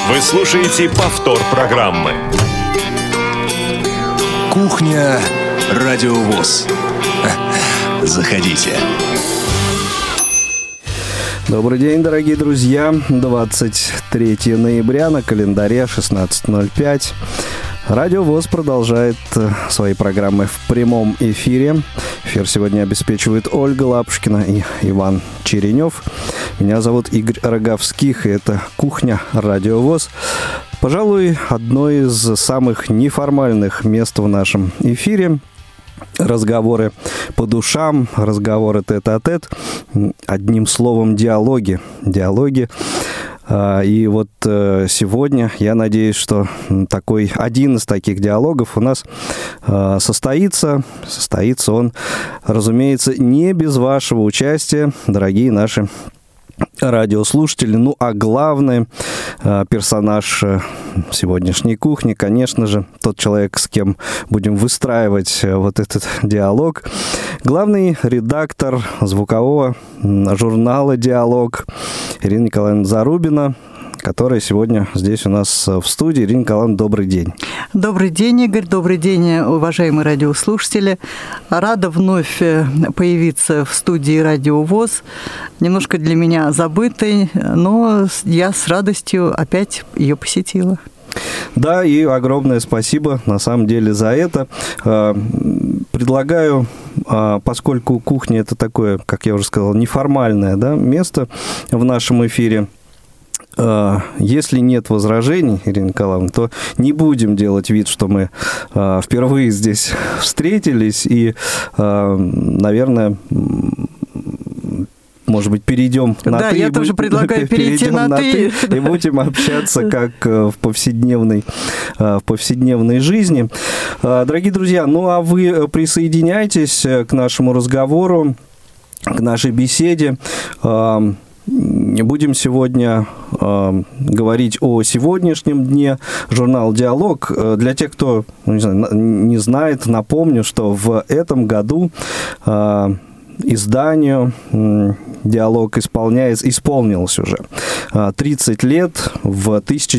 Вы слушаете повтор программы. Кухня Радио ВОС. Заходите. Добрый день, дорогие друзья. 23 ноября, на календаре 16:05. Радио ВОС продолжает свои программы в прямом эфире. Эфир сегодня обеспечивает Ольга Лапушкина и Иван Черенев. Меня зовут Игорь Роговских, и это «Кухня Радио ВОС». Пожалуй, одно из самых неформальных мест в нашем эфире. Разговоры по душам, разговоры тет-а-тет. Одним словом, диалоги. И вот сегодня я надеюсь, что один из таких диалогов у нас состоится. Состоится он, разумеется, не без вашего участия, дорогие наши радиослушатели. Ну, а главный персонаж сегодняшней кухни, конечно же, тот человек, с кем будем выстраивать вот этот диалог. Главный редактор звукового журнала «Диалог» Ирина Николаевна Зарубина, которая сегодня здесь у нас в студии. Ирина Николаевна, добрый день. Добрый день, Игорь. Добрый день, уважаемые радиослушатели. Рада вновь появиться в студии Радио ВОС. Немножко для меня забытой, но я с радостью опять ее посетила. Да, и огромное спасибо, на самом деле, за это. Предлагаю, поскольку кухня – это такое, как я уже сказал, неформальное, да, место в нашем эфире, если нет возражений, Ирина Николаевна, то не будем делать вид, что мы впервые здесь встретились, и, наверное, может быть, перейдем на «ты». Да, я тоже предлагаю перейти на «ты». И будем общаться как в повседневной жизни. Дорогие друзья, ну а вы присоединяйтесь к нашему разговору, к нашей беседе. Будем сегодня говорить о сегодняшнем дне. Журнал «Диалог». Для тех, кто не знает, напомню, что в этом году изданию «Диалог» исполнилось уже 30 лет. В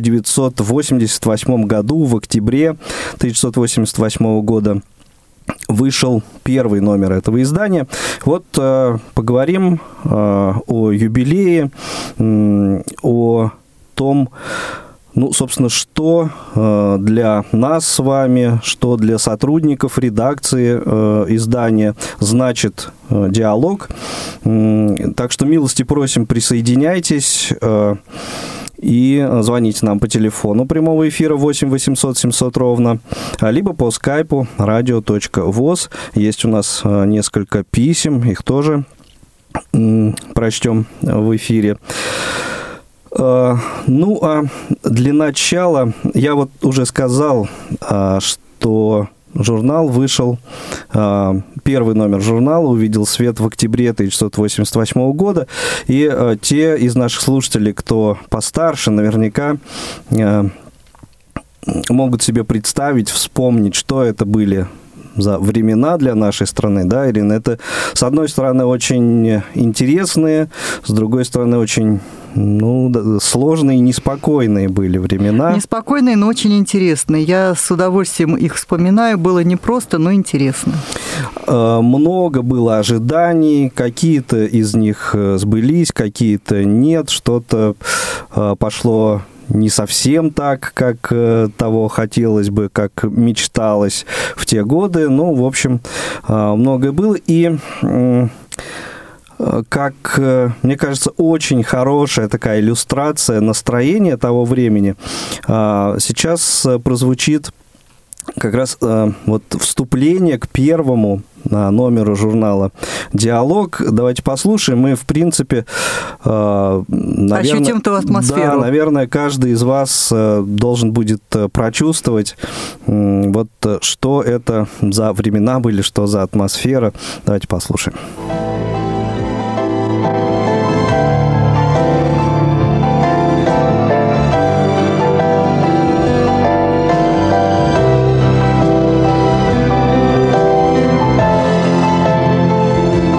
1988 году, в октябре 1988 года, вышел первый номер этого издания. Вот поговорим о юбилее, о том, собственно, что для нас с вами, что для сотрудников редакции издания значит «Диалог». Так что милости просим, присоединяйтесь и звоните нам по телефону прямого эфира 8 800 700 ровно, либо по скайпу radio.voz. Есть у нас несколько писем, их тоже прочтем в эфире. Ну, а для начала я вот уже сказал, что журнал вышел, первый номер журнала увидел свет в октябре 1988 года, и те из наших слушателей, кто постарше, наверняка могут себе представить, вспомнить, что это были за времена для нашей страны, да, Ирина? Это, с одной стороны, очень интересные, с другой стороны, очень сложные и неспокойные были времена. Неспокойные, но очень интересные. Я с удовольствием их вспоминаю. Было непросто, но интересно. Много было ожиданий. Какие-то из них сбылись, какие-то нет. Что-то пошло не совсем так, как того хотелось бы, как мечталось в те годы. В общем, многое было. И как, мне кажется, очень хорошая такая иллюстрация настроения того времени сейчас прозвучит как раз вот вступление к первому номеру журнала «Диалог». Давайте послушаем. Мы, в принципе, наверное, ощутим ту атмосферу. Да, наверное, каждый из вас должен будет прочувствовать, вот что это за времена были, что за атмосфера. Давайте послушаем.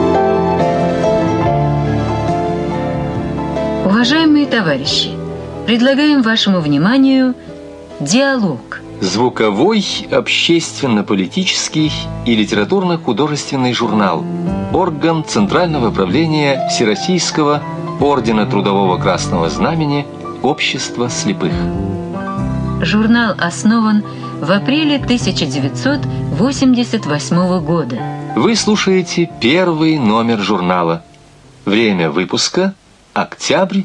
Уважаемые товарищи, предлагаем вашему вниманию диалог. Звуковой, общественно-политический и литературно-художественный журнал. Орган Центрального правления Всероссийского Ордена Трудового Красного Знамени Общества слепых. Журнал основан в апреле 1988 года. Вы слушаете первый номер журнала. Время выпуска – октябрь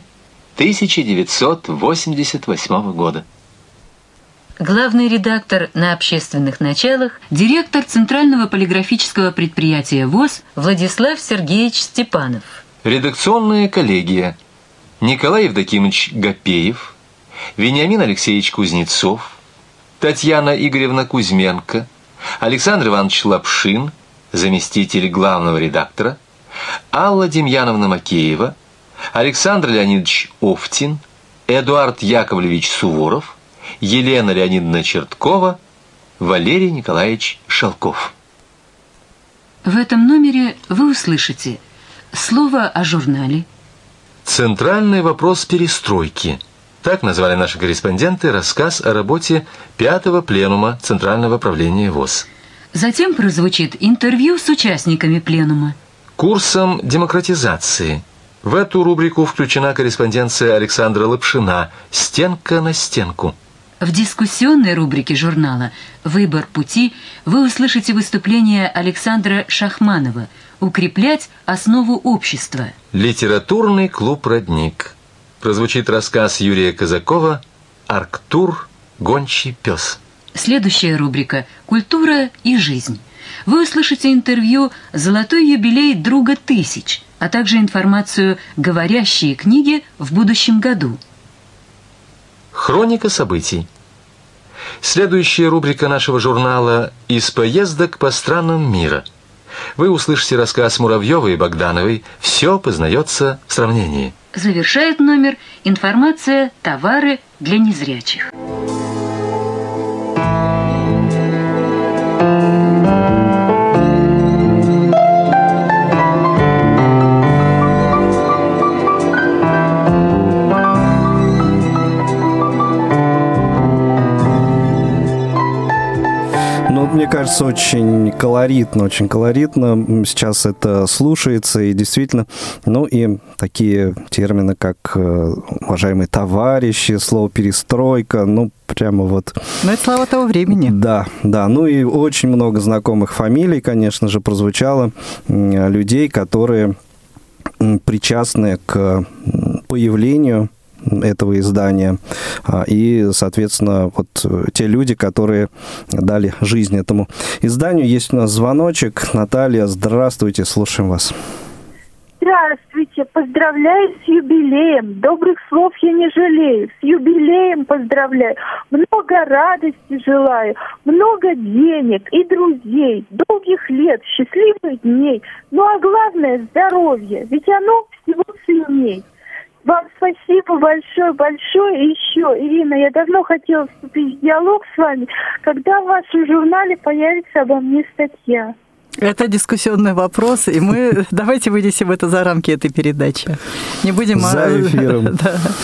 1988 года. Главный редактор на общественных началах, директор Центрального полиграфического предприятия ВОС Владислав Сергеевич Степанов. Редакционная коллегия: Николай Евдокимович Гапеев, Вениамин Алексеевич Кузнецов, Татьяна Игоревна Кузьменко, Александр Иванович Лапшин, заместитель главного редактора, Алла Демьяновна Макеева, Александр Леонидович Офтин, Эдуард Яковлевич Суворов, Елена Леонидовна Черткова, Валерий Николаевич Шелков. В этом номере вы услышите слово о журнале. Центральный вопрос перестройки. Так назвали наши корреспонденты рассказ о работе 5-го пленума Центрального правления ВОС. Затем прозвучит интервью с участниками пленума. Курсом демократизации. В эту рубрику включена корреспонденция Александра Лапшина «Стенка на стенку». В дискуссионной рубрике журнала «Выбор пути» вы услышите выступление Александра Шахманова «Укреплять основу общества». Литературный клуб «Родник». Прозвучит рассказ Юрия Казакова «Арктур. Гончий пес». Следующая рубрика «Культура и жизнь». Вы услышите интервью «Золотой юбилей друга тысяч», а также информацию «Говорящие книги в будущем году». Хроника событий. Следующая рубрика нашего журнала «Из поездок по странам мира». Вы услышите рассказ Муравьевой и Богдановой «Все познается в сравнении». Завершает номер информация «Товары для незрячих». Мне кажется, очень колоритно сейчас это слушается, и действительно, ну и такие термины, как уважаемые товарищи, слово перестройка, ну прямо вот... Ну это слава того времени. Да, ну и очень много знакомых фамилий, конечно же, прозвучало, людей, которые причастны к появлению этого издания. И, соответственно, вот те люди, которые дали жизнь этому изданию. Есть у нас звоночек. Наталья, здравствуйте, слушаем вас. Здравствуйте, поздравляю с юбилеем. Добрых слов я не жалею. С юбилеем поздравляю. Много радости желаю, много денег и друзей, долгих лет, счастливых дней. Ну а главное – здоровье, ведь оно всего ценней. Вам спасибо большое. И еще, Ирина, я давно хотела вступить в диалог с вами, когда в вашем журнале появится обо мне статья. Это дискуссионный вопрос, и мы давайте вынесем это за рамки этой передачи. Не будем... За эфиром.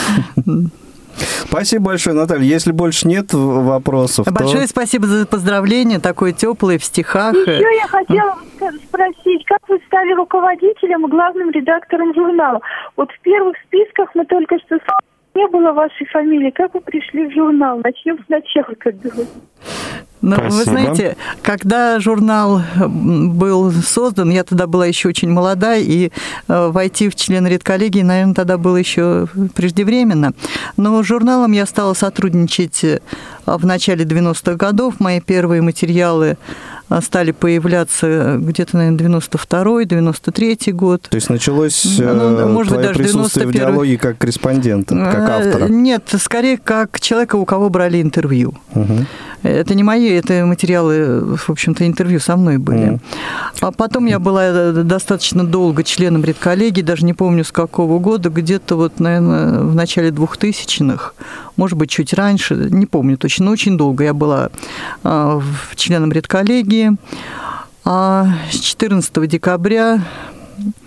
Спасибо большое, Наталья. Если больше нет вопросов, большое спасибо за поздравление, такое теплое в стихах. Еще я хотела спросить, как вы стали руководителем и главным редактором журнала? Вот в первых списках мы только что не было вашей фамилии. Как вы пришли в журнал? Начнем сначала, как говорится. Ну, вы знаете, когда журнал был создан, я тогда была еще очень молода, и войти в члены редколлегии, наверное, тогда было еще преждевременно. Но с журналом я стала сотрудничать в начале 90-х годов. Мои первые материалы стали появляться где-то, наверное, 92-й, 93-й год. То есть началось твое присутствие в диалоге как корреспондента, как автора? Нет, скорее как человека, у кого брали интервью. Угу. Это не мои, это материалы, в общем-то, интервью со мной были. А потом я была достаточно долго членом редколлегии, даже не помню с какого года, где-то вот, наверное, в начале 2000-х, может быть, чуть раньше, не помню точно, но очень долго я была членом редколлегии. А с 14 декабря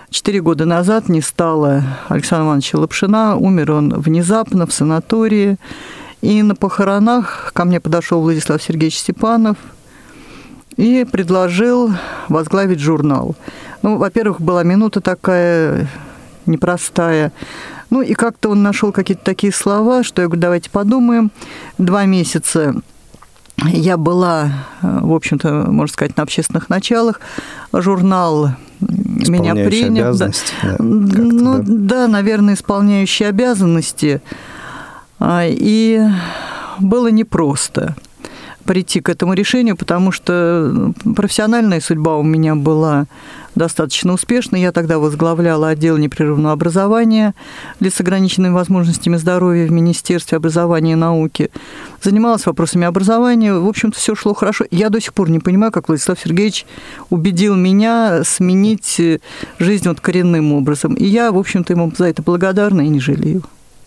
4 года назад не стало Александра Ивановича Лапшина, умер он внезапно в санатории. И на похоронах ко мне подошел Владислав Сергеевич Степанов и предложил возглавить журнал. Ну, во-первых, была минута такая непростая. Ну, и как-то он нашел какие-то такие слова, что я говорю, давайте подумаем. 2 месяца я была, в общем-то, можно сказать, на общественных началах. Журнал меня принял. Да, наверное, исполняющий обязанности. И было непросто прийти к этому решению, потому что профессиональная судьба у меня была достаточно успешной. Я тогда возглавляла отдел непрерывного образования лиц с ограниченными возможностями здоровья в Министерстве образования и науки. Занималась вопросами образования. В общем-то, все шло хорошо. Я до сих пор не понимаю, как Владислав Сергеевич убедил меня сменить жизнь вот коренным образом. И я, в общем-то, ему за это благодарна и не жалею.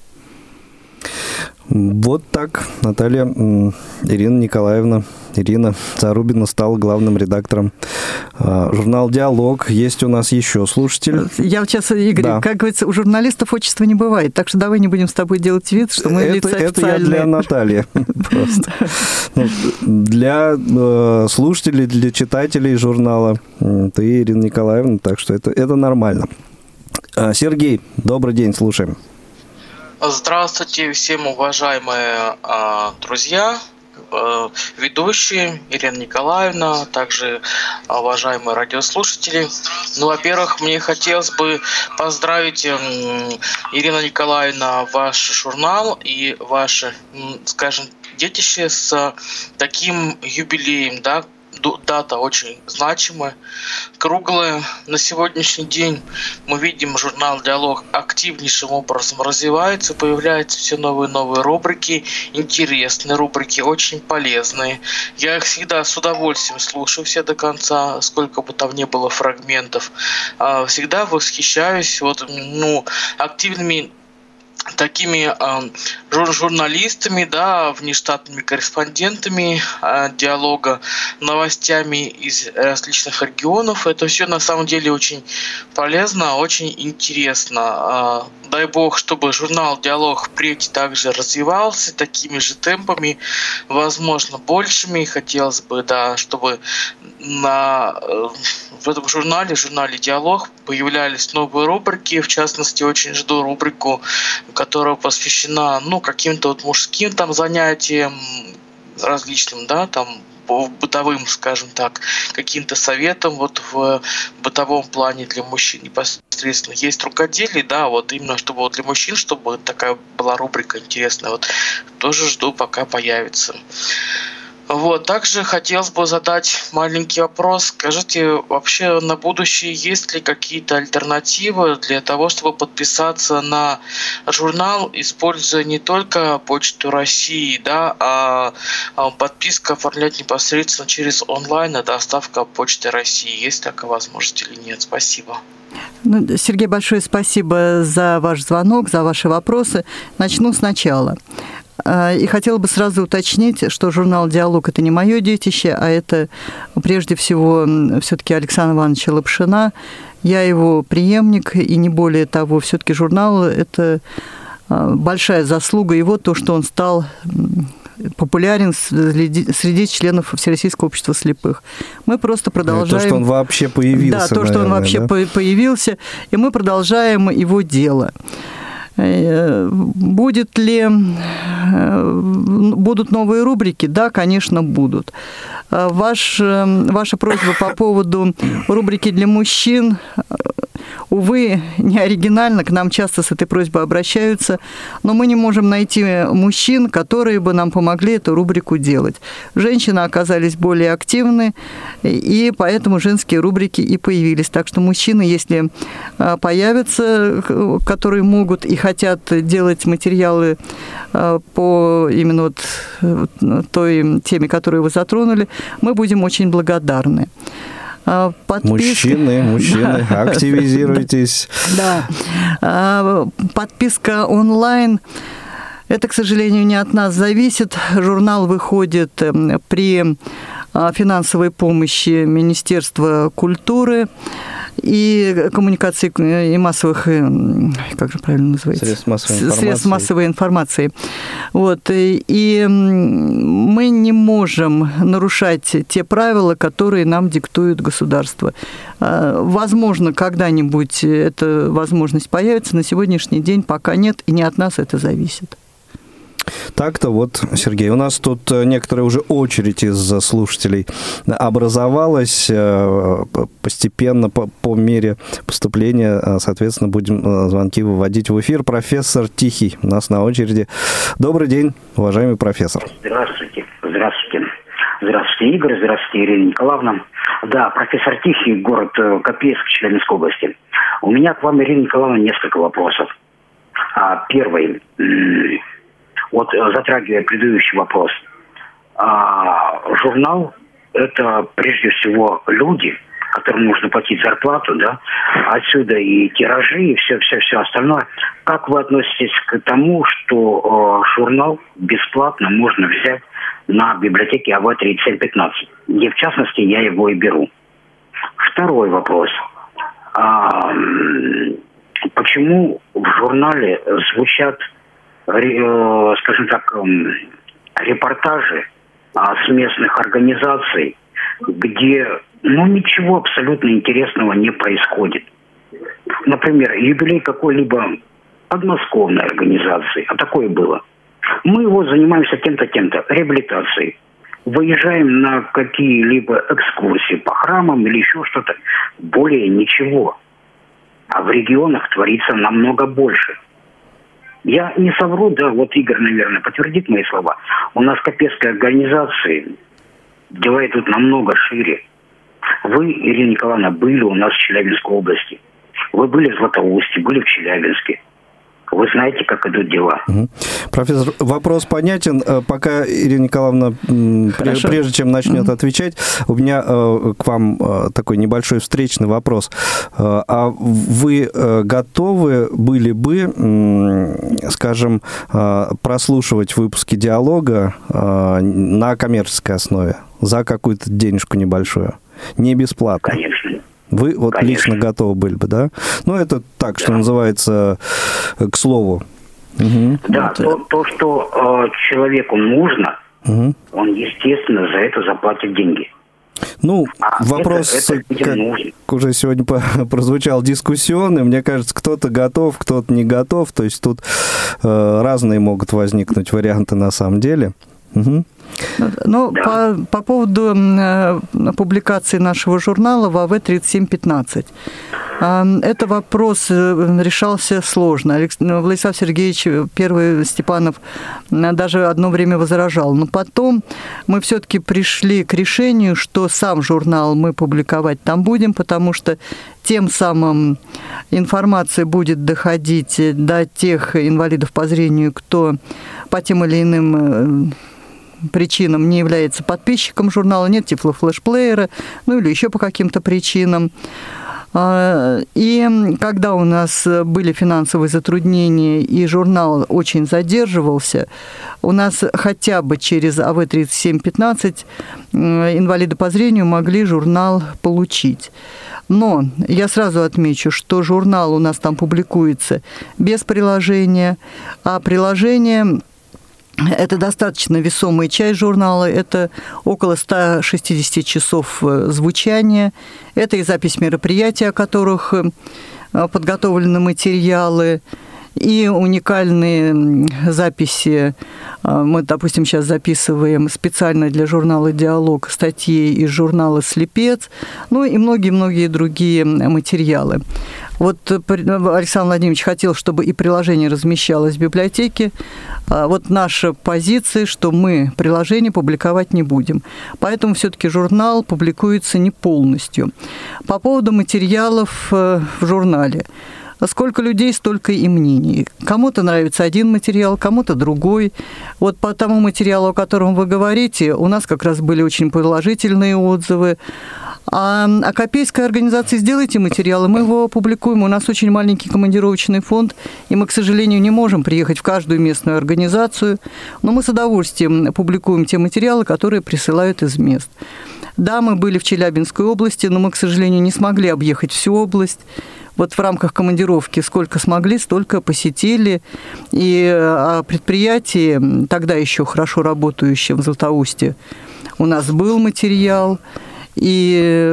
Вот так Наталья Ирина Николаевна, Ирина Зарубина стала главным редактором журнала «Диалог». Есть у нас еще слушатель. Я сейчас, Игорь, да. Как говорится, у журналистов отчества не бывает, так что давай не будем с тобой делать вид, что мы лица официальные. Это я для Натальи просто. Для слушателей, для читателей журнала ты, Ирина Николаевна, так что это нормально. Сергей, добрый день, слушаем. Здравствуйте всем, уважаемые друзья, ведущие Ирина Николаевна, также уважаемые радиослушатели. Ну, во-первых, мне хотелось бы поздравить, Ирина Николаевна, ваш журнал и ваше, скажем, детище с таким юбилеем, да. Дата очень значимая, круглая. На сегодняшний день мы видим, журнал «Диалог» активнейшим образом развивается, появляются все новые рубрики, интересные рубрики, очень полезные. Я их всегда с удовольствием слушаю все до конца, сколько бы там ни было фрагментов. Всегда восхищаюсь активными такими журналистами, да, внештатными корреспондентами «Диалога», новостями из различных регионов. Это все на самом деле очень полезно, очень интересно. Дай бог, чтобы журнал «Диалог» впредь также развивался такими же темпами, возможно, большими. Хотелось бы, да, чтобы в этом журнале «Диалог» появлялись новые рубрики. В частности, очень жду рубрику, которая посвящена, каким-то вот мужским там занятиям различным, да, там бытовым, скажем так, каким-то советом вот в бытовом плане для мужчин непосредственно. Есть рукоделие, да, вот именно чтобы вот для мужчин, чтобы такая была рубрика интересная, вот тоже жду, пока появится. Вот, также хотелось бы задать маленький вопрос. Скажите, вообще на будущее есть ли какие-то альтернативы для того, чтобы подписаться на журнал, используя не только Почту России, да, а подписка оформлять непосредственно через онлайн, а доставка Почты России? Есть такая возможность или нет? Спасибо. Сергей, большое спасибо за ваш звонок, за ваши вопросы. Начну сначала. И хотела бы сразу уточнить, что журнал «Диалог» – это не мое детище, а это прежде всего все-таки Александра Ивановича Лапшина. Я его преемник, и не более того. Все-таки журнал – это большая заслуга его, то, что он стал популярен среди членов Всероссийского общества слепых. Мы просто продолжаем... То, что он вообще появился. Да, то, что он вообще появился, и мы продолжаем его дело. Будут новые рубрики? Да, конечно, будут. Ваша просьба по поводу рубрики для мужчин, увы, не оригинально, к нам часто с этой просьбой обращаются, но мы не можем найти мужчин, которые бы нам помогли эту рубрику делать. Женщины оказались более активны, и поэтому женские рубрики и появились. Так что мужчины, если появятся, которые могут и хотят делать материалы по именно вот той теме, которую вы затронули, мы будем очень благодарны. Мужчины, активизируйтесь. Да. Подписка онлайн. Это, к сожалению, не от нас зависит. Журнал выходит при финансовой помощи Министерства культуры. и коммуникации и массовых, как же правильно называется? Средств массовой информации. Вот. И мы не можем нарушать те правила, которые нам диктует государство. Возможно, когда-нибудь эта возможность появится, на сегодняшний день пока нет, и не от нас это зависит. Так-то вот, Сергей, у нас тут некоторая уже очередь из слушателей образовалась. Постепенно, по мере поступления, соответственно, будем звонки выводить в эфир. Профессор Тихий у нас на очереди. Добрый день, уважаемый профессор. Здравствуйте. Здравствуйте. Здравствуйте, Игорь. Здравствуйте, Ирина Николаевна. Да, профессор Тихий, город Копейск, Челябинской области. У меня к вам, Ирина Николаевна, несколько вопросов. Первый. Вот затрагивая предыдущий вопрос. Журнал – это прежде всего люди, которым нужно платить зарплату, да? Отсюда и тиражи, и все остальное. Как вы относитесь к тому, что журнал бесплатно можно взять на библиотеке АВ-3715, где, в частности, я его и беру? Второй вопрос. Почему в журнале звучат, скажем так, репортажи с местных организаций, где ничего абсолютно интересного не происходит? Например, юбилей какой-либо подмосковной организации, а такое было. Мы его занимаемся тем-то, реабилитацией. Выезжаем на какие-либо экскурсии по храмам или еще что-то. Более ничего. А в регионах творится намного больше. Я не совру, да, вот Игорь, наверное, подтвердит мои слова. У нас копейская организация, дела идут намного шире. Вы, Ирина Николаевна, были у нас в Челябинской области. Вы были в Златоусте, были в Челябинске. Вы знаете, как идут дела. Профессор, вопрос понятен. Пока Ирина Николаевна, прежде чем начнет отвечать, у меня к вам такой небольшой встречный вопрос. А вы готовы были бы, скажем, прослушивать выпуски «Диалога» на коммерческой основе за какую-то денежку небольшую? Не бесплатно. Конечно. Вы вот Конечно. лично готовы были бы, да? Это так, что называется, к слову. Да, то, что человеку нужно, он, естественно, за это заплатит деньги. Вопрос, как уже сегодня прозвучал, дискуссионный. Мне кажется, кто-то готов, кто-то не готов. То есть тут разные могут возникнуть варианты на самом деле. По поводу публикации нашего журнала в АВ-3715. Это вопрос решался сложно. Владислав Сергеевич Первый Степанов даже одно время возражал. Но потом мы все-таки пришли к решению, что сам журнал мы публиковать там будем, потому что тем самым информация будет доходить до тех инвалидов по зрению, кто по тем или иным причинам не является подписчиком журнала, нет тифлофлешплеера, или еще по каким-то причинам. И когда у нас были финансовые затруднения и журнал очень задерживался, у нас хотя бы через АВ-3715 инвалиды по зрению могли журнал получить. Но я сразу отмечу, что журнал у нас там публикуется без приложения, а приложение... Это достаточно весомая часть журнала, это около 160 часов звучания, это и запись мероприятий, о которых подготовлены материалы, и уникальные записи. Мы, допустим, сейчас записываем специально для журнала «Диалог» статьи из журнала «Слепец», и многие-многие другие материалы. Вот Александр Владимирович хотел, чтобы и приложение размещалось в библиотеке. Вот наша позиция, что мы приложение публиковать не будем. Поэтому все-таки журнал публикуется не полностью. По поводу материалов в журнале. Сколько людей, столько и мнений. Кому-то нравится один материал, кому-то другой. Вот по тому материалу, о котором вы говорите, у нас как раз были очень положительные отзывы. А Копейской организации «Сделайте материалы», мы его опубликуем. У нас очень маленький командировочный фонд, и мы, к сожалению, не можем приехать в каждую местную организацию, но мы с удовольствием публикуем те материалы, которые присылают из мест. Да, мы были в Челябинской области, но мы, к сожалению, не смогли объехать всю область. Вот в рамках командировки сколько смогли, столько посетили. И о предприятии, тогда еще хорошо работающем в Златоусте, у нас был материал. И,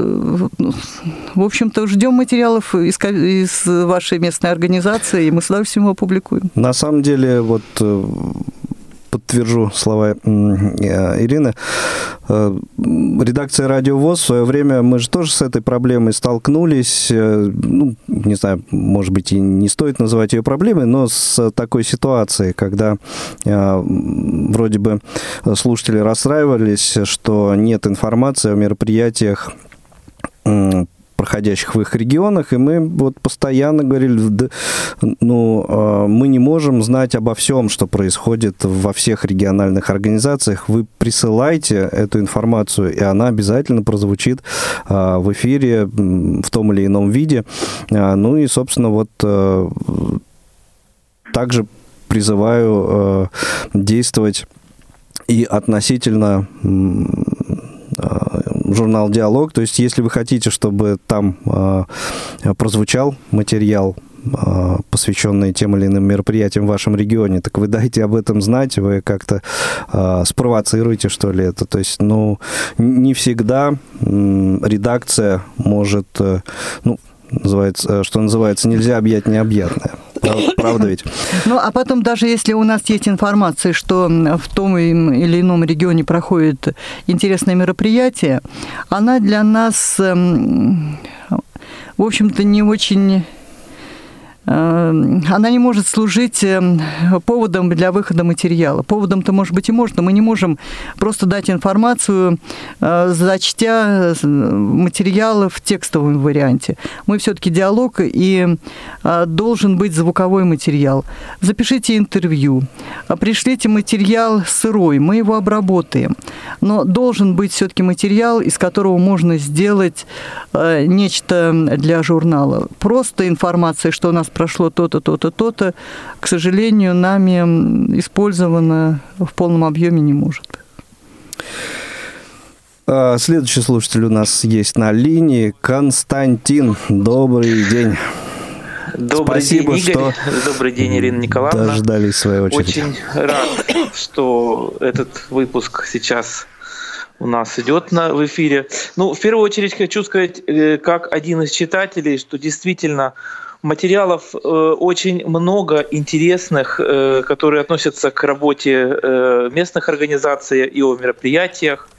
в общем-то, ждем материалов из вашей местной организации, и мы с удовольствием его опубликуем. На самом деле, вот подтвержу слова Ирины, редакция «Радио ВОС» в свое время, мы же тоже с этой проблемой столкнулись, ну, не знаю, может быть, и не стоит называть ее проблемой, но с такой ситуацией, когда вроде бы слушатели расстраивались, что нет информации о мероприятиях, проходящих в их регионах, и мы вот постоянно говорили, мы не можем знать обо всем, что происходит во всех региональных организациях. Вы присылайте эту информацию, и она обязательно прозвучит в эфире в том или ином виде. Ну и, собственно, вот также призываю действовать и относительно журнал «Диалог». То есть, если вы хотите, чтобы там прозвучал материал, посвященный тем или иным мероприятиям в вашем регионе, так вы дайте об этом знать, вы как-то спровоцируете, что ли, это. То есть, не всегда редакция может, что называется, нельзя объять необъятное. Правда ведь? А потом, даже если у нас есть информация, что в том или ином регионе проходит интересное мероприятие, она для нас, в общем-то, не очень... Она не может служить поводом для выхода материала. Поводом-то, может быть, и может, но мы не можем просто дать информацию, зачтя материалы в текстовом варианте. Мы все-таки диалог, и должен быть звуковой материал. Запишите интервью, пришлите материал сырой, мы его обработаем. Но должен быть все-таки материал, из которого можно сделать нечто для журнала. Просто информация, что у нас прошло то-то, то-то, то-то, к сожалению, нами использовано в полном объеме не может. Следующий слушатель у нас есть на линии. Константин, добрый день. Добрый Спасибо, день, Игорь. Добрый день, Ирина Николаевна. Дождались своей очереди. Очень рад, что этот выпуск сейчас у нас идет в эфире. В первую очередь хочу сказать, как один из читателей, что действительно материалов очень много интересных, которые относятся к работе местных организаций и о мероприятиях.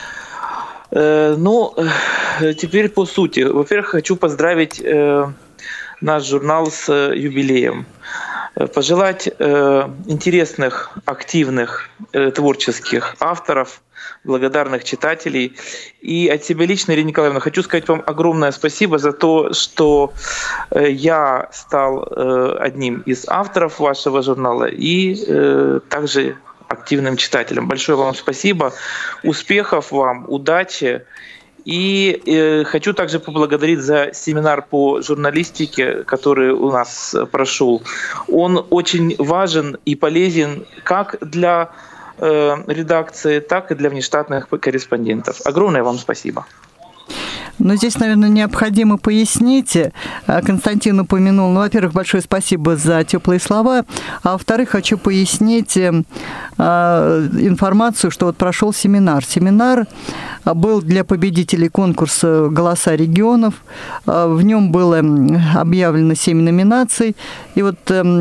Теперь по сути. Во-первых, хочу поздравить наш журнал с юбилеем. Пожелать интересных, активных, творческих авторов, благодарных читателей. И от себя лично, Ирина Николаевна, хочу сказать вам огромное спасибо за то, что я стал одним из авторов вашего журнала и также активным читателем. Большое вам спасибо. Успехов вам, удачи. И хочу также поблагодарить за семинар по журналистике, который у нас прошел. Он очень важен и полезен как для редакции, так и для внештатных корреспондентов. Огромное вам спасибо. Но здесь, наверное, необходимо пояснить. Константин упомянул, во-первых, большое спасибо за теплые слова, а во-вторых, хочу пояснить информацию, что вот прошел семинар. Семинар был для победителей конкурса «Голоса регионов». В нем было объявлено 7 номинаций. И вот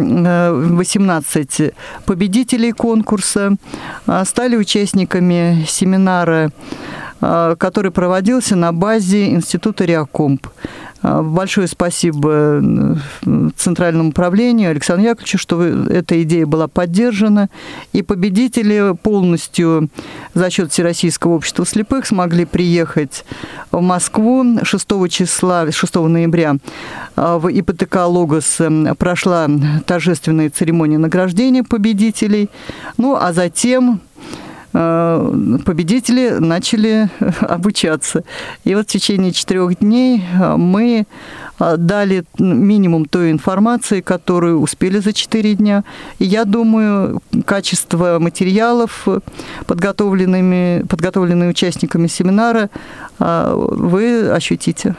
18 победителей конкурса стали участниками семинара, который проводился на базе Института Реакомп. Большое спасибо Центральному управлению Александру Яковлевичу, что эта идея была поддержана. И победители полностью за счет Всероссийского общества слепых смогли приехать в Москву 6 ноября. В ИПТК «Логос» прошла торжественная церемония награждения победителей. А затем победители начали обучаться. И вот в течение 4 дней мы дали минимум той информации, которую успели за 4 дня. И я думаю, качество материалов, подготовленные участниками семинара, вы ощутите.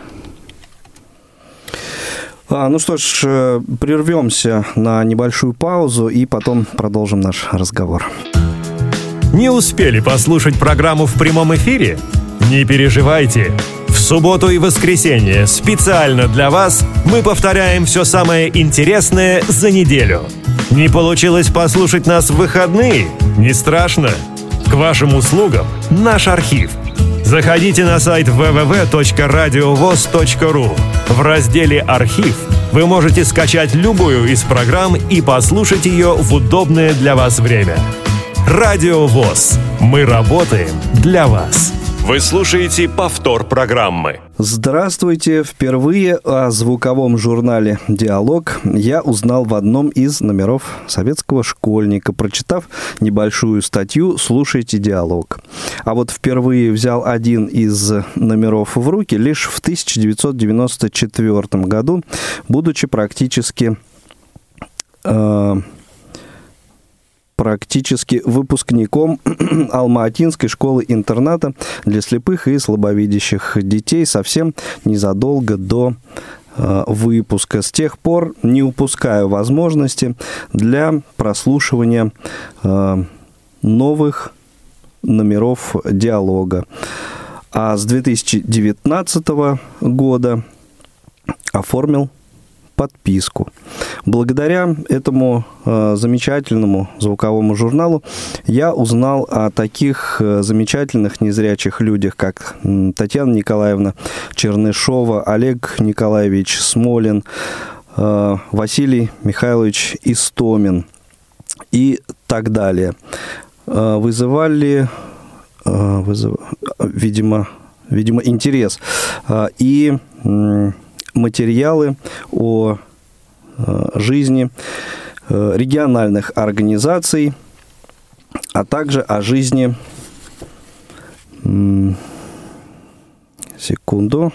Ну что ж, прервемся на небольшую паузу и потом продолжим наш разговор. Не успели послушать программу в прямом эфире? Не переживайте. В субботу и воскресенье специально для вас мы повторяем все самое интересное за неделю. Не получилось послушать нас в выходные? Не страшно. К вашим услугам наш архив. Заходите на сайт www.radiovoz.ru. В разделе «Архив» вы можете скачать любую из программ и послушать ее в удобное для вас время. Радио ВОС. Мы работаем для вас. Вы слушаете повтор программы. Здравствуйте! Впервые о звуковом журнале «Диалог» я узнал в одном из номеров советского школьника, прочитав небольшую статью «Слушайте диалог». А вот впервые взял один из номеров в руки лишь в 1994 году, будучи практически выпускником Алма-Атинской школы-интерната для слепых и слабовидящих детей совсем незадолго до выпуска. С тех пор не упускаю возможности для прослушивания новых номеров «Диалога». А с 2019 года оформил подписку. Благодаря этому замечательному звуковому журналу я узнал о таких замечательных незрячих людях, как Татьяна Николаевна Чернышова, Олег Николаевич Смолин, Василий Михайлович Истомин и так далее. Вызывали, видимо, интерес. И материалы о жизни региональных организаций, а также о жизни... Секунду.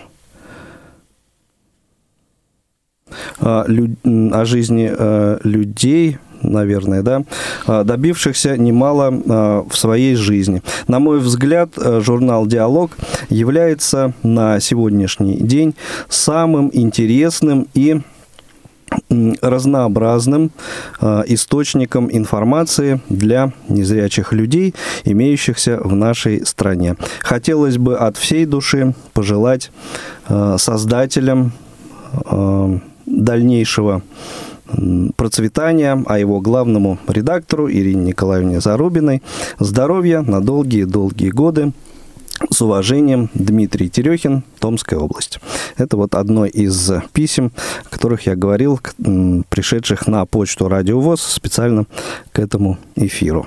О жизни людей, наверное, да, добившихся немало в своей жизни. На мой взгляд, журнал «Диалог» является на сегодняшний день самым интересным и разнообразным источником информации для незрячих людей, имеющихся в нашей стране. Хотелось бы от всей души пожелать создателям дальнейшего процветания, а его главному редактору Ирине Николаевне Зарубиной здоровья на долгие-долгие годы. С уважением, Дмитрий Терехин, Томская область. Это вот одно из писем, о которых я говорил, пришедших на почту Радио ВОС специально к этому эфиру.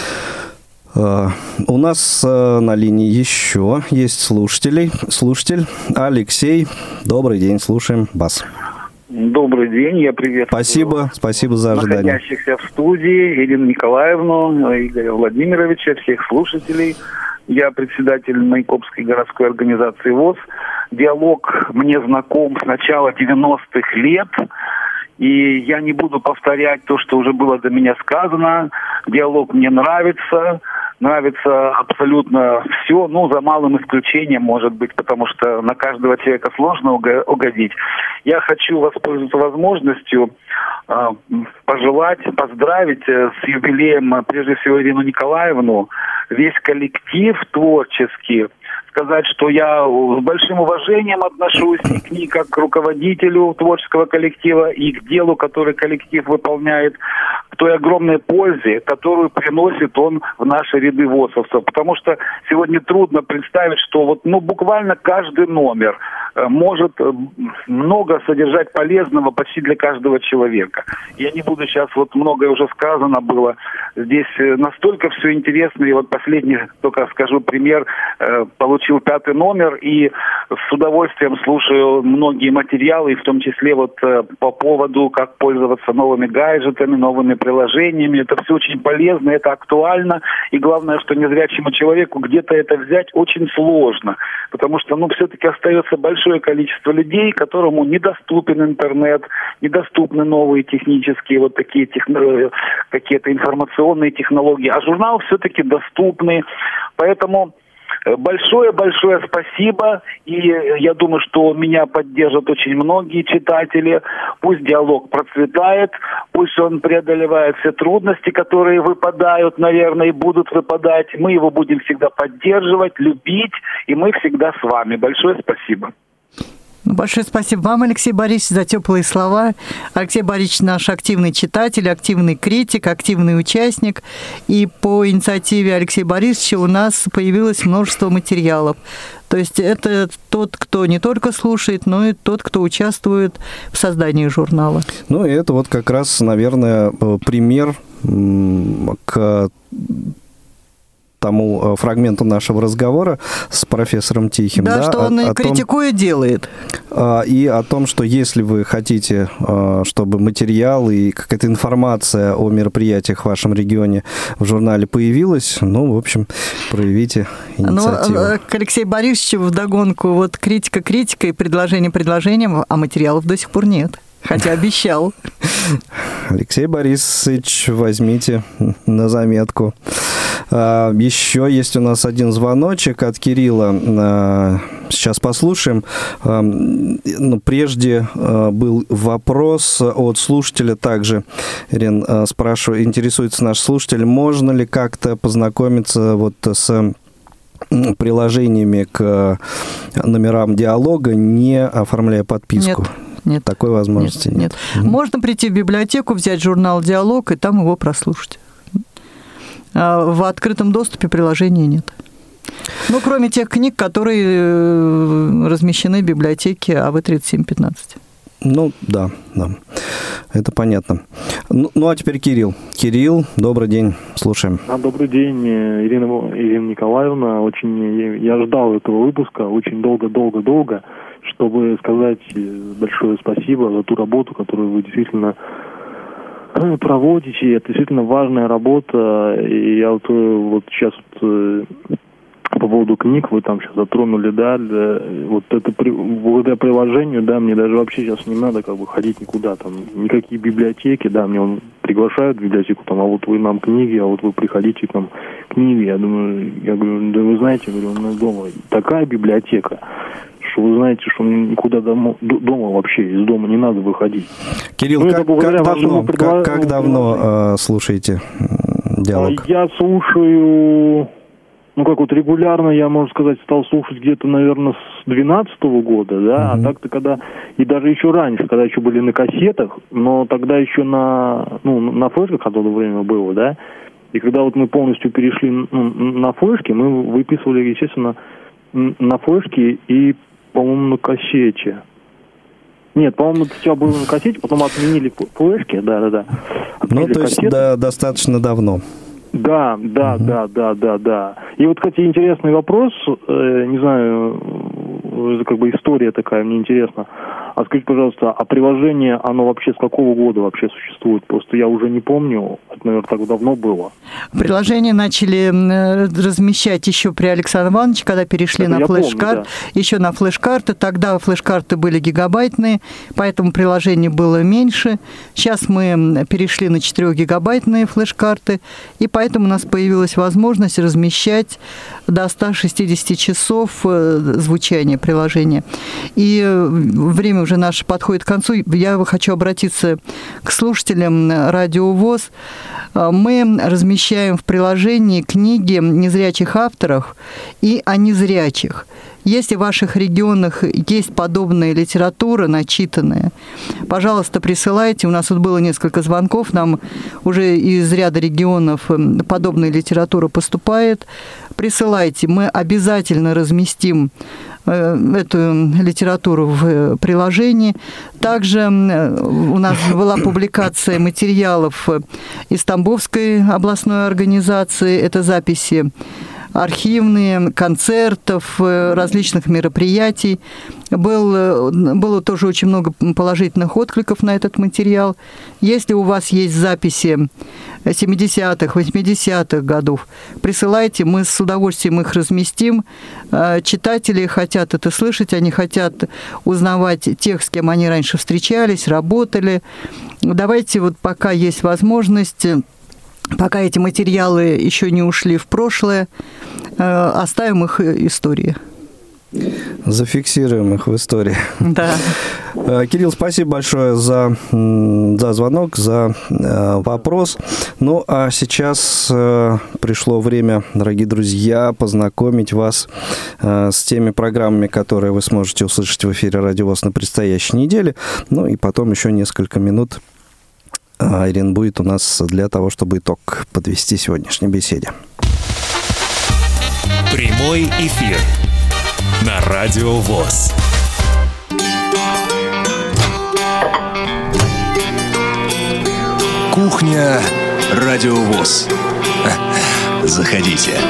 У нас на линии еще есть слушатель Алексей. Добрый день, слушаем вас. Добрый день, я приветствую. Спасибо за ожидание. Находящихся в студии Ирину Николаевну, Игоря Владимировича, всех слушателей. Я председатель Майкопской городской организации ВОС. Диалог мне знаком с начала 90-х лет. И я не буду повторять то, что уже было до меня сказано. Диалог мне нравится. Нравится абсолютно все, за малым исключением, может быть, потому что на каждого человека сложно угодить. Я хочу воспользоваться возможностью поздравить с юбилеем, прежде всего, Ирину Николаевну, весь коллектив творческий, сказать, что я с большим уважением отношусь и к ней как к руководителю творческого коллектива, и к делу, который коллектив выполняет, к той огромной пользе, которую приносит он в наши ряды ВОСовцев. Потому что сегодня трудно представить, что буквально каждый номер может много содержать полезного почти для каждого человека. Я не буду сейчас, многое уже сказано было, здесь настолько все интересно, и последний, только скажу пример, получил получил 5-й номер и с удовольствием слушаю многие материалы, и в том числе вот по поводу, как пользоваться новыми гаджетами, новыми приложениями. Это все очень полезно, это актуально. И главное, что незрячему человеку где-то это взять очень сложно. Потому что, все-таки остается большое количество людей, которому недоступен интернет, недоступны новые технические вот такие какие-то информационные технологии. А журнал все-таки доступный. Поэтому большое-большое спасибо. И я думаю, что меня поддержат очень многие читатели. Пусть диалог процветает, пусть он преодолевает все трудности, которые выпадают, наверное, и будут выпадать. Мы его будем всегда поддерживать, любить, и мы всегда с вами. Большое спасибо. Большое спасибо вам, Алексей Борисович, за теплые слова. Алексей Борисович наш активный читатель, активный критик, активный участник. И по инициативе Алексея Борисовича у нас появилось множество материалов. То есть это тот, кто не только слушает, но и тот, кто участвует в создании журнала. Ну, и это вот как раз, наверное, пример к тому фрагменту нашего разговора с профессором Тихим. Да, что он критикует, делает. И о том, что если вы хотите, чтобы материал и какая-то информация о мероприятиях в вашем регионе в журнале появилась, в общем, проявите инициативу. К Алексею Борисовичу вдогонку, вот критика и предложение предложением, а материалов до сих пор нет. Хотя обещал. Алексей Борисович, возьмите на заметку. Еще есть у нас один звоночек от Кирилла. Сейчас послушаем. Прежде был вопрос от слушателя также. Ирин, спрашиваю, интересуется наш слушатель, можно ли как-то познакомиться вот с приложениями к номерам диалога, не оформляя подписку? Нет. Такой возможности нет. Можно прийти в библиотеку, взять журнал «Диалог» и там его прослушать. В открытом доступе приложения нет. Кроме тех книг, которые размещены в библиотеке АВ-3715. Да. Это понятно. А теперь Кирилл. Кирилл, добрый день. Слушаем. Добрый день, Ирина Николаевна. Я ждал этого выпуска очень долго, чтобы сказать большое спасибо за ту работу, которую вы действительно проводите. Это действительно важная работа. И я вот сейчас по поводу книг вы там сейчас затронули, вот это благодаря приложению, мне даже вообще сейчас не надо ходить никуда, никакие библиотеки, мне приглашают в библиотеку, а вот вы нам книги, а вот вы приходите книги. Я говорю, да вы знаете, у нас дома такая библиотека, что вы знаете, что мне никуда дома вообще, из дома не надо выходить. Кирилл, как давно слушаете «Диалог»? Я слушаю, регулярно, я, можно сказать, стал слушать где-то, наверное, с 2012 года, а так-то когда, и даже еще раньше, когда еще были на кассетах, но тогда еще на флешках от того время было, и когда вот мы полностью перешли на флешки, мы выписывали, естественно, на флешке и, по-моему, на кассете. Нет, по-моему, сначала было на кассете, потом отменили флешки, да. То есть достаточно давно. Да. И вот, кстати, интересный вопрос, не знаю, это история такая, мне интересно. А скажите, пожалуйста, а приложение, оно вообще с какого года вообще существует? Просто я уже не помню, это, наверное, так давно было. Приложение начали размещать еще при Александре Ивановиче, когда перешли на флеш-карты. Еще на флеш-карты. Тогда флеш-карты были гигабайтные, поэтому приложение было меньше. Сейчас мы перешли на 4-гигабайтные флеш-карты, и поэтому у нас появилась возможность размещать до 160 часов звучания приложения. И время уже наше подходит к концу. Я хочу обратиться к слушателям Радио ВОС. Мы размещаем в приложении книги незрячих авторов и о незрячих. Если в ваших регионах есть подобная литература начитанная, пожалуйста, присылайте. У нас тут было несколько звонков, нам уже из ряда регионов подобная литуратура поступает. Присылайте, мы обязательно разместим эту литературу в приложении. Также у нас была публикация материалов из Тамбовской областной организации. Это записи архивные, концертов, различных мероприятий. Было тоже очень много положительных откликов на этот материал. Если у вас есть записи 70-х, 80-х годов, присылайте, мы с удовольствием их разместим. Читатели хотят это слышать, они хотят узнавать тех, с кем они раньше встречались, работали. Давайте вот пока есть возможность, пока эти материалы еще не ушли в прошлое, оставим их истории. Зафиксируем их в истории. Да. Кирилл, спасибо большое за звонок, за вопрос. Ну, а сейчас пришло время, дорогие друзья, познакомить вас с теми программами, которые вы сможете услышать в эфире Радио ВОС на предстоящей неделе. Ну, и потом еще несколько минут Ирина будет у нас для того, чтобы итог подвести сегодняшней беседе. Прямой эфир на Радио ВОС. Кухня Радио ВОС. Заходите.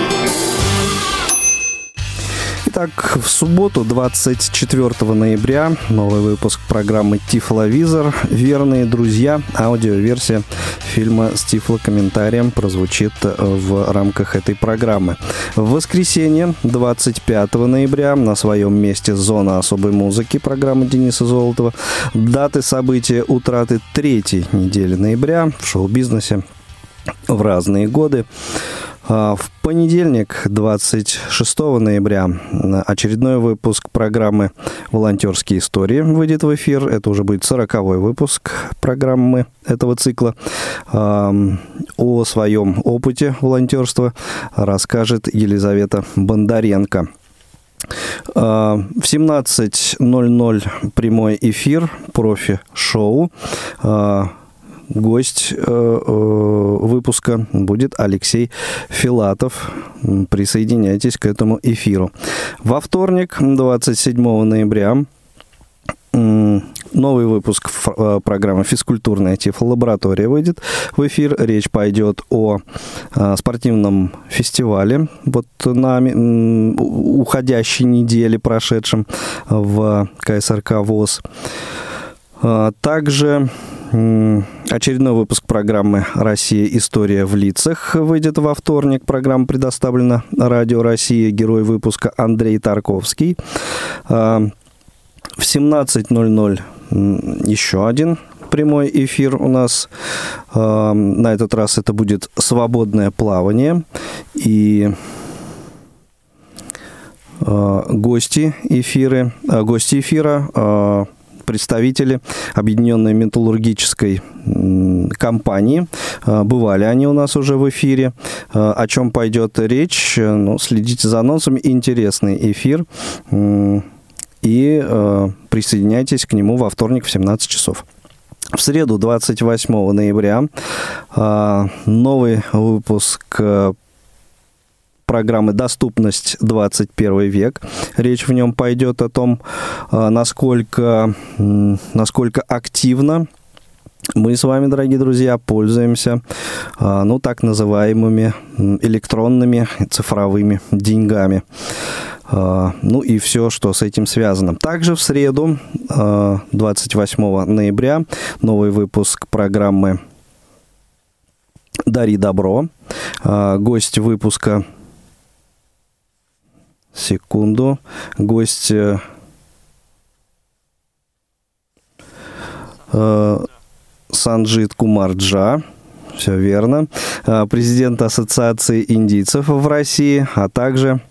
Итак, в субботу, 24 ноября, новый выпуск программы «Тифловизор». Верные друзья. Аудиоверсия фильма с тифлокомментарием прозвучит в рамках этой программы. В воскресенье, 25 ноября, на своем месте «Зона особой музыки» программы Дениса Золотова. Даты события утраты третьей недели ноября в шоу-бизнесе в разные годы. В понедельник, 26 ноября, очередной выпуск программы «Волонтерские истории» выйдет в эфир. Это уже будет 40-й выпуск программы этого цикла. О своем опыте волонтерства расскажет Елизавета Бондаренко. В 17:00 прямой эфир профи-шоу. Гость выпуска будет Алексей Филатов. Присоединяйтесь к этому эфиру. Во вторник, 27 ноября, новый выпуск программы «Физкультурная тифлолаборатория» выйдет в эфир. Речь пойдет о спортивном фестивале вот на уходящей неделе, прошедшем в КСРК ВОС. Также очередной выпуск программы «Россия. История в лицах» выйдет во вторник. Программа предоставлена Радио Россия. Герой выпуска Андрей Тарковский. В 17:00 еще один прямой эфир у нас. На этот раз это будет «Свободное плавание». И гости эфира представители Объединенной металлургической компании. Бывали они у нас уже в эфире. О чем пойдет речь? Ну, следите за анонсами. Интересный эфир. И присоединяйтесь к нему во вторник в 17 часов. В среду, 28 ноября, новый выпуск программы «Доступность. 21 век». Речь в нем пойдет о том, насколько активно мы с вами, дорогие друзья, пользуемся, так называемыми электронными цифровыми деньгами. И все, что с этим связано. Также в среду, 28 ноября, новый выпуск программы «Дари добро». Гость выпуска... Гость Санджит Кумар Джа, все верно, президент Ассоциации индийцев в России, а также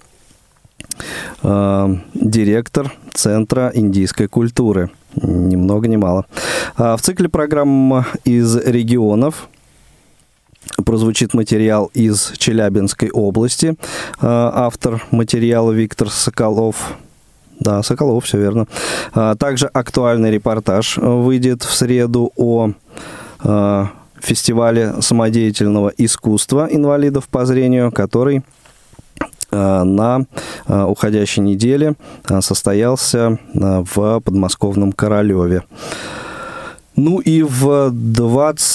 директор Центра индийской культуры. Ни много ни мало. В цикле программ из регионов прозвучит материал из Челябинской области. Автор материала Виктор Соколов. Да, Соколов, все верно. Также актуальный репортаж выйдет в среду о фестивале самодеятельного искусства инвалидов по зрению, который на уходящей неделе состоялся в подмосковном Королеве. И в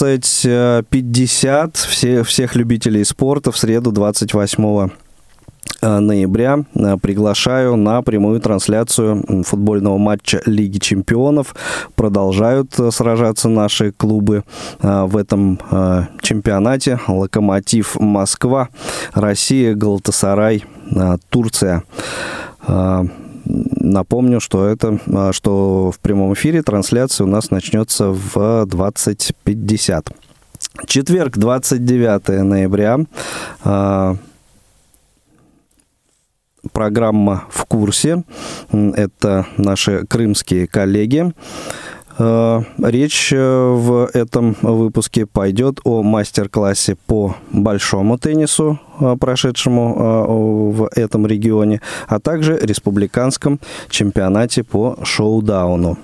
20:50 всех любителей спорта в среду 28 ноября приглашаю на прямую трансляцию футбольного матча Лиги чемпионов. Продолжают сражаться наши клубы в этом чемпионате. Локомотив Москва, Россия, Галатасарай, Турция. Напомню, что в прямом эфире трансляция у нас начнется в 20:50. Четверг, 29 ноября. Программа «В курсе». Это наши крымские коллеги. Речь в этом выпуске пойдет о мастер-классе по большому теннису, прошедшему в этом регионе, а также республиканском чемпионате по шоу-дауну.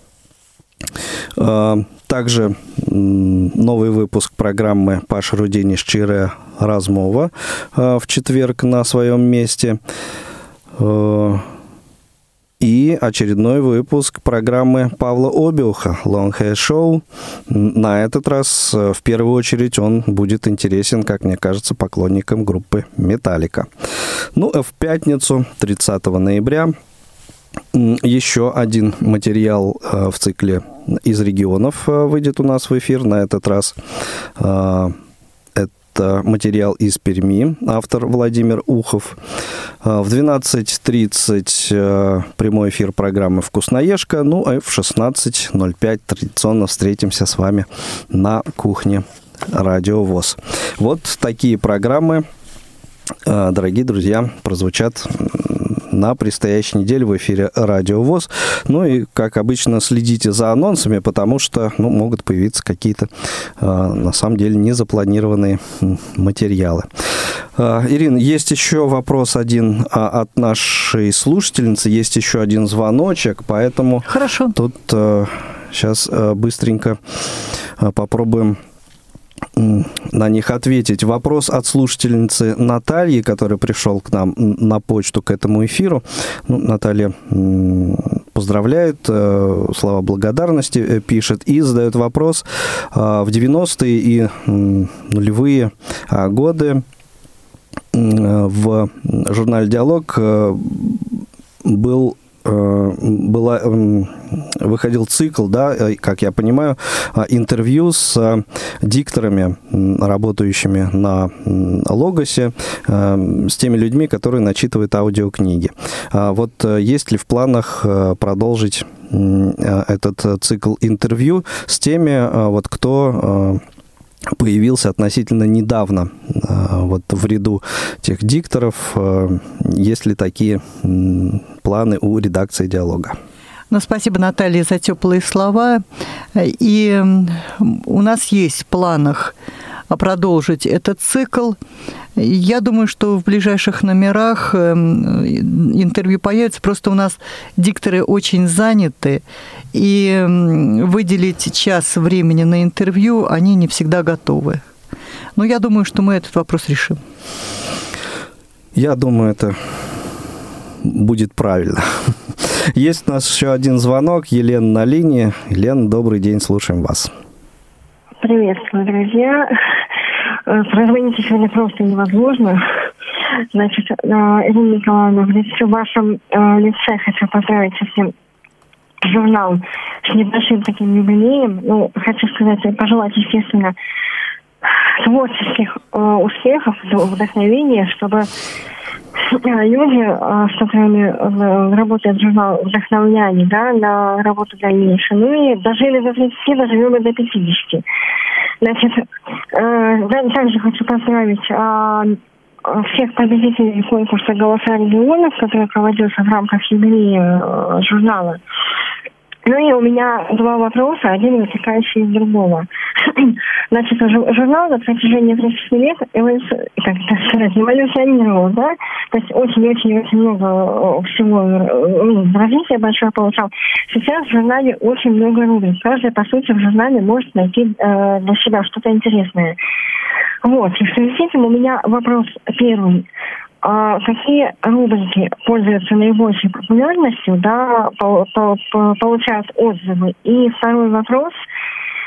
Также новый выпуск программы Паша Рудениш-Чире Размова в четверг на своем месте. И очередной выпуск программы Павла Обиуха «Long Hair Show». На этот раз, в первую очередь, он будет интересен, как мне кажется, поклонникам группы «Металлика». Ну, а в пятницу, 30 ноября, еще один материал в цикле «Из регионов» выйдет у нас в эфир. На этот раз это материал из Перми, автор Владимир Ухов. В 12:30 прямой эфир программы «Вкусноежка». Ну, а в 16:05 традиционно встретимся с вами на кухне Радио ВОС. Вот такие программы, дорогие друзья, прозвучат на предстоящей неделе в эфире Радио ВОС. Ну и, как обычно, следите за анонсами, потому что могут появиться какие-то, на самом деле, незапланированные материалы. Ирина, есть еще вопрос один от нашей слушательницы, есть еще один звоночек, поэтому хорошо. Тут сейчас быстренько попробуем на них ответить. Вопрос от слушательницы Натальи, который пришел к нам на почту к этому эфиру. Наталья поздравляет, слова благодарности пишет и задает вопрос. В 90-е и нулевые годы в журнале «Диалог» выходил цикл, да, как я понимаю, интервью с дикторами, работающими на Логосе, с теми людьми, которые начитывают аудиокниги. Вот есть ли в планах продолжить этот цикл интервью с теми, вот кто появился относительно недавно вот в ряду тех дикторов? Есть ли такие планы у редакции «Диалога»? Ну, спасибо, Наталья, за теплые слова. И у нас есть в планах продолжить этот цикл. Я думаю, что в ближайших номерах интервью появится. Просто у нас дикторы очень заняты, и выделить час времени на интервью они не всегда готовы. Но я думаю, что мы этот вопрос решим. Я думаю, это будет правильно. Есть у нас еще один звонок. Елена на линии. Елена, добрый день, слушаем вас. Приветствую, друзья. Прозвонить сегодня просто невозможно. Значит, Ирина Николаевна, в вашем лице хочу поздравить всем журнал с небольшим таким юбилеем. Ну, хочу сказать, пожелать, естественно, творческих успехов, вдохновения, чтобы люди, с которыми работает журнал, вдохновляли, да, на работу дальнейшую. Ну и дожили до 30, доживем и до 50. Значит, также хочу поздравить всех победителей конкурса «Голоса регионов», который проводился в рамках юбилея журнала. Ну и у меня два вопроса, один вытекающий из другого. Значит, журнал на протяжении 30 лет, как сказать, эволюционировал, да? То есть очень-очень-очень много всего, развития большое получал. Сейчас в журнале очень много рубрик. Каждый, по сути, в журнале может найти для себя что-то интересное. Вот, и в связи с этим у меня вопрос первый. Какие рубрики пользуются наибольшей популярностью, да, получают отзывы? И второй вопрос.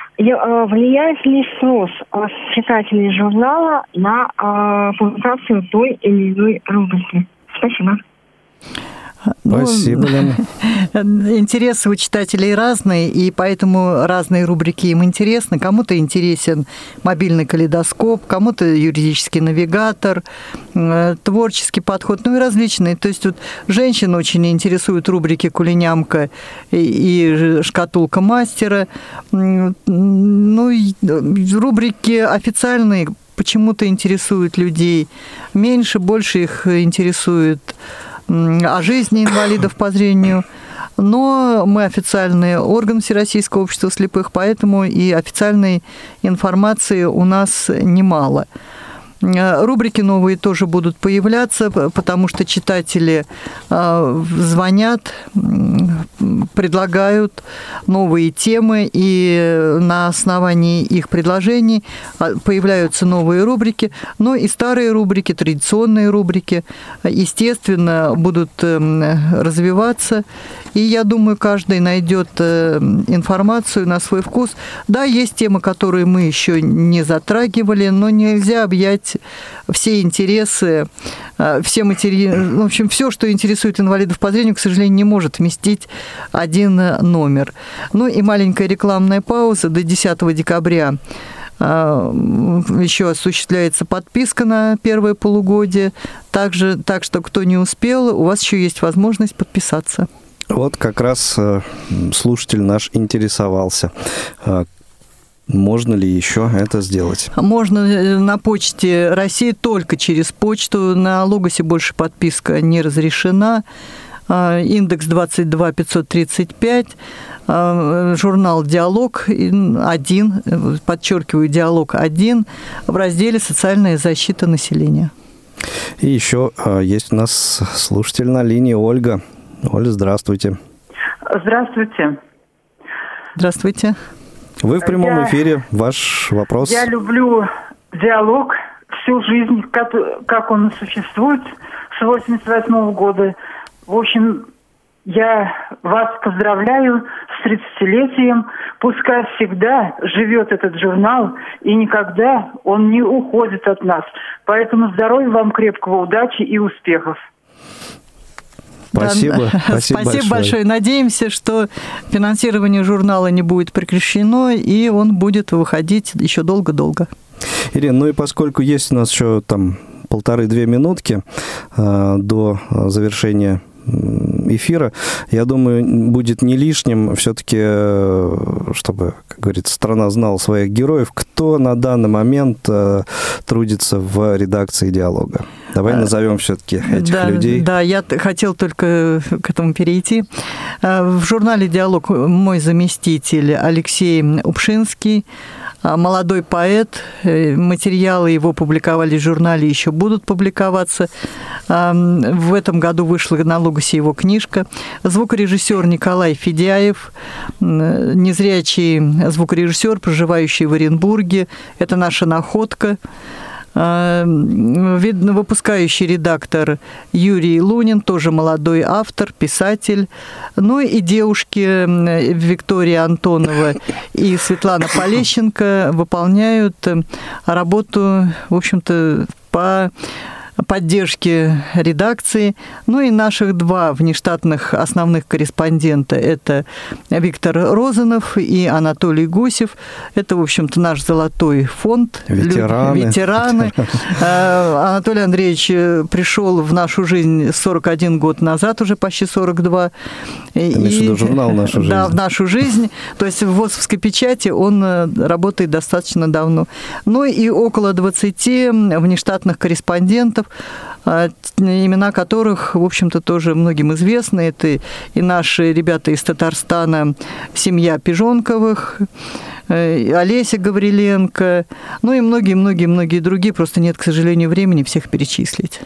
Влияет ли спрос читателей журнала на публикацию той или иной рубрики? Спасибо. Спасибо, Лена. Интересы у читателей разные, и поэтому разные рубрики им интересны. Кому-то интересен мобильный калейдоскоп, кому-то юридический навигатор, творческий подход, ну и различные. То есть вот женщин очень интересуют рубрики «Кулинямка» и «Шкатулка мастера». Ну, и рубрики официальные почему-то интересуют людей меньше, больше их интересует о жизни инвалидов по зрению. Но мы официальный орган Всероссийского общества слепых, поэтому и официальной информации у нас немало. Рубрики новые тоже будут появляться, потому что читатели звонят, предлагают новые темы, и на основании их предложений появляются новые рубрики. Но и старые рубрики, традиционные рубрики, естественно, будут развиваться. И я думаю, каждый найдет информацию на свой вкус. Да, есть темы, которые мы еще не затрагивали, но нельзя объять все интересы, все материалы, в общем, все, что интересует инвалидов по зрению, к сожалению, не может вместить один номер. Ну и маленькая рекламная пауза до 10 декабря. Еще осуществляется подписка на первое полугодие. Так что, кто не успел, у вас еще есть возможность подписаться. Вот как раз слушатель наш интересовался. Можно ли еще это сделать? Можно на почте России, только через почту. На Логосе больше подписка не разрешена. Индекс 22535, журнал «Диалог» 1, подчеркиваю, «Диалог» 1, в разделе «Социальная защита населения». И еще есть у нас слушатель на линии Ольга. Оля, здравствуйте. Здравствуйте. Здравствуйте. Вы в прямом эфире. Ваш вопрос. Я люблю «Диалог» всю жизнь, как он существует с 1988 года. В общем, я вас поздравляю с 30-летием. Пускай всегда живет этот журнал, и никогда он не уходит от нас. Поэтому здоровья вам крепкого, удачи и успехов. Спасибо. Да, спасибо большое. Надеемся, что финансирование журнала не будет прекращено, и он будет выходить еще долго-долго. Ирина, ну и поскольку есть у нас еще там 1,5-2 минутки до завершения эфира, я думаю, будет не лишним все-таки, чтобы, как говорится, страна знала своих героев, кто на данный момент трудится в редакции «Диалога». Давай назовем все-таки этих людей. Да, я хотел только к этому перейти. В журнале «Диалог» мой заместитель Алексей Упшинский, молодой поэт. Материалы его публиковали в журнале, еще будут публиковаться. В этом году вышла на Логосе его книжка. Звукорежиссер Николай Федяев, незрячий звукорежиссер, проживающий в Оренбурге. Это наша находка. Выпускающий редактор Юрий Лунин, тоже молодой автор, писатель. Ну и девушки Виктория Антонова и Светлана Полещенко выполняют работу, в общем-то, по поддержки редакции. Ну и наших два внештатных основных корреспондента – это Виктор Розанов и Анатолий Гусев. Это, в общем-то, наш золотой фонд. Ветераны. Анатолий Андреевич пришел в нашу жизнь 41 год назад, уже почти 42. Имеешь в виду журнал «Наша жизнь». Да, в нашу жизнь. То есть в ВОСовской печати он работает достаточно давно. Ну и около 20 внештатных корреспондентов, имена которых, в общем-то, тоже многим известны. Это и наши ребята из Татарстана, семья Пижонковых, Олеся Гавриленко, ну и многие-многие-многие другие. Просто нет, к сожалению, времени всех перечислить.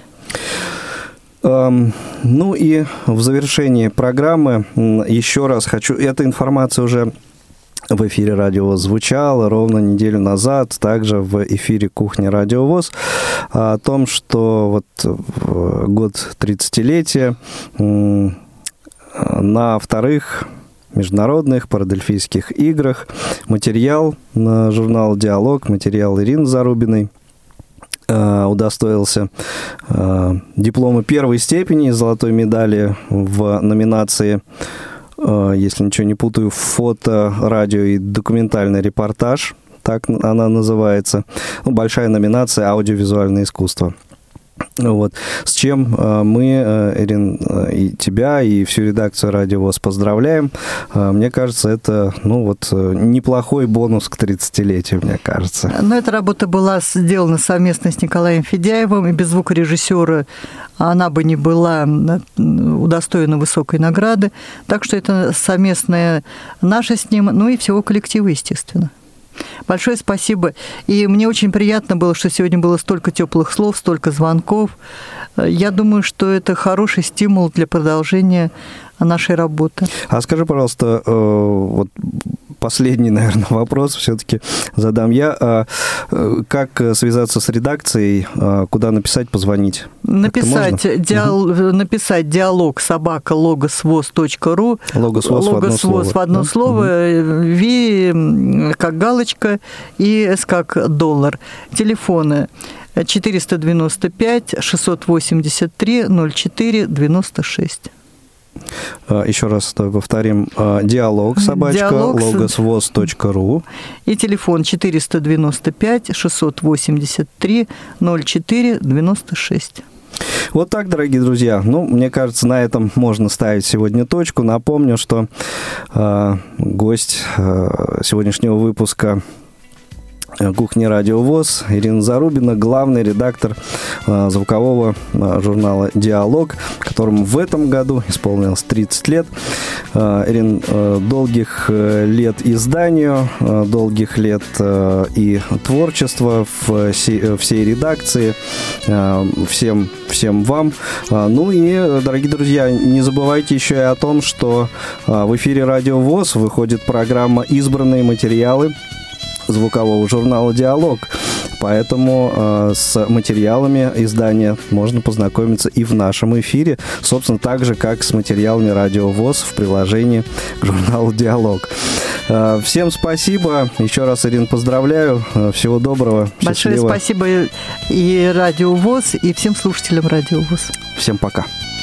Ну и в завершении программы еще раз хочу... Эта информация уже в эфире Радио ВОС звучала ровно неделю назад, также в эфире «Кухня Радио ВОС», о том, что вот год 30-летия на вторых международных парадельфийских играх. Материал на журнал «Диалог», материал Ирины Зарубиной удостоился диплома первой степени и золотой медали в номинации, если ничего не путаю, фото, радио и документальный репортаж, так она называется. Ну, большая номинация «Аудиовизуальное искусство». Вот. С чем мы, Ирин, и тебя, и всю редакцию «Радио ВОС» поздравляем. Мне кажется, это неплохой бонус к 30-летию, мне кажется. Но эта работа была сделана совместно с Николаем Федяевым, и без звукорежиссера она бы не была удостоена высокой награды. Так что это совместное наше с ним, ну и всего коллектива, естественно. Большое спасибо. И мне очень приятно было, что сегодня было столько теплых слов, столько звонков. Я думаю, что это хороший стимул для продолжения нашей работы. А скажи, пожалуйста, вот последний, наверное, вопрос все-таки задам я. Как связаться с редакцией? Куда написать, позвонить? Написать dialog@logosvoz.ru. Logosvoz в одно слово. V как галочка и S как доллар. Телефоны 495 683 04 96. Еще раз повторим. dialog@logosvoz.ru. И телефон 495 683 04 96. Вот так, дорогие друзья. Мне кажется, на этом можно ставить сегодня точку. Напомню, что гость сегодняшнего выпуска «Кухни Радио ВОС» Ирина Зарубина, главный редактор звукового журнала «Диалог», которому в этом году исполнилось 30 лет. Ирин, долгих лет изданию, долгих лет и творчества всей редакции, всем вам. Ну и, дорогие друзья, не забывайте еще и о том, что в эфире «Радио ВОС» выходит программа «Избранные материалы» звукового журнала «Диалог». Поэтому с материалами издания можно познакомиться и в нашем эфире, собственно, так же, как с материалами «Радио ВОС» в приложении к журналу «Диалог». Всем спасибо. Еще раз, Ирина, поздравляю. Всего доброго. Большое счастливо. Спасибо и «Радио ВОС», и всем слушателям «Радио ВОС». Всем пока.